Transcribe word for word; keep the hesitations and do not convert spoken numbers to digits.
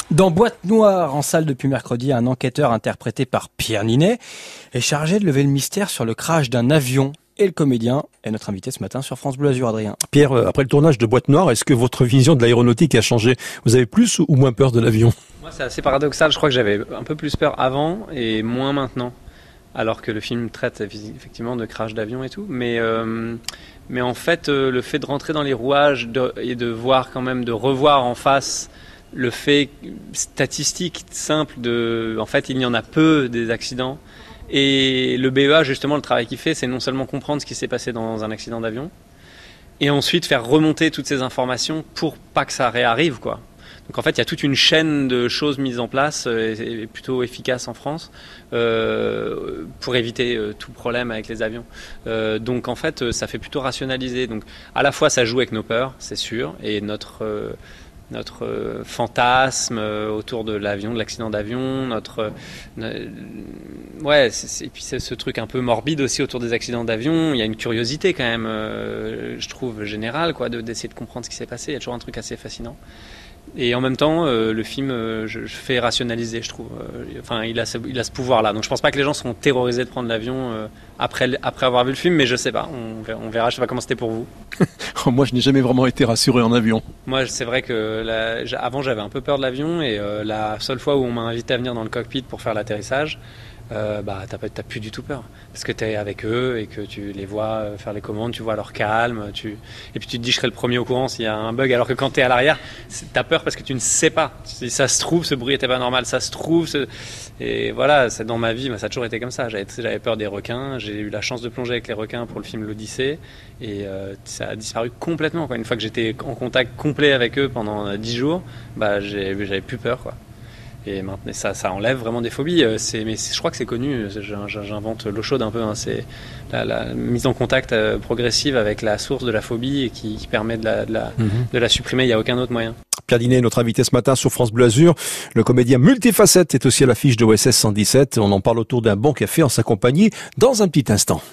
Dans Boîte Noire, en salle depuis mercredi, un enquêteur interprété par Pierre Ninet est chargé de lever le mystère sur le crash d'un avion. Et le comédien est notre invité ce matin sur France Bleu Azur, Adrien. Pierre, après le tournage de Boîte Noire, est-ce que votre vision de l'aéronautique a changé? Vous avez plus ou moins peur de l'avion? Moi, c'est assez paradoxal. Je crois que j'avais un peu plus peur avant et moins maintenant. Alors que le film traite effectivement de crash d'avion et tout. Mais, euh, mais en fait, euh, le fait de rentrer dans les rouages de, et de voir quand même, de revoir en face le fait statistique simple de... En fait, il y en a peu des accidents. Et le B E A, justement, le travail qu'il fait, c'est non seulement comprendre ce qui s'est passé dans un accident d'avion, et ensuite faire remonter toutes ces informations pour pas que ça réarrive, quoi. Donc en fait, il y a toute une chaîne de choses mises en place, et plutôt efficace en France, euh, pour éviter euh, tout problème avec les avions. Euh, donc en fait, ça fait plutôt rationaliser. Donc à la fois, ça joue avec nos peurs, c'est sûr, et notre... Euh, notre euh, fantasme euh, autour de l'avion, de l'accident d'avion, notre euh, ouais, c'est, c'est, et puis c'est ce truc un peu morbide aussi autour des accidents d'avion. Il y a une curiosité quand même, euh, je trouve générale, quoi, de, d'essayer de comprendre ce qui s'est passé. Il y a toujours un truc assez fascinant. Et en même temps, euh, le film, euh, je, je fais rationaliser, je trouve. Euh, enfin, il a ce, il a ce pouvoir-là. Donc, je pense pas que les gens seront terrorisés de prendre l'avion euh, après, après avoir vu le film, mais je sais pas. On verra. On verra. Je sais pas comment c'était pour vous. Moi, je n'ai jamais vraiment été rassuré en avion. Moi, c'est vrai que la, avant, j'avais un peu peur de l'avion, et euh, la seule fois où on m'a invité à venir dans le cockpit pour faire l'atterrissage, euh, bah, t'as, t'as plus du tout peur. Parce que t'es avec eux et que tu les vois faire les commandes, tu vois leur calme, tu... et puis tu te dis je serai le premier au courant s'il y a un bug, alors que quand t'es à l'arrière, t'as peur parce que tu ne sais pas. Ça se trouve, ce bruit était pas normal, ça se trouve, ce... et voilà, c'est dans ma vie, ça a toujours été comme ça. J'avais, j'avais peur des requins, j'ai eu la chance de plonger avec les requins pour le film L'Odyssée, et euh, ça a disparu complètement, quoi. Une fois que j'étais en contact complet avec eux pendant dix jours, bah, j'ai, j'avais plus peur, quoi. Et maintenant, ça, ça enlève vraiment des phobies. C'est, mais c'est, je crois que c'est connu. J'invente l'eau chaude un peu. Hein. C'est la, la mise en contact progressive avec la source de la phobie et qui, qui permet de la, de, la, mmh. de la supprimer. Il n'y a aucun autre moyen. Pierre Ninet, notre invité ce matin sur France Bleu Azur. Le comédien multifacette est aussi à l'affiche de O S S cent dix-sept. On en parle autour d'un bon café en sa compagnie dans un petit instant.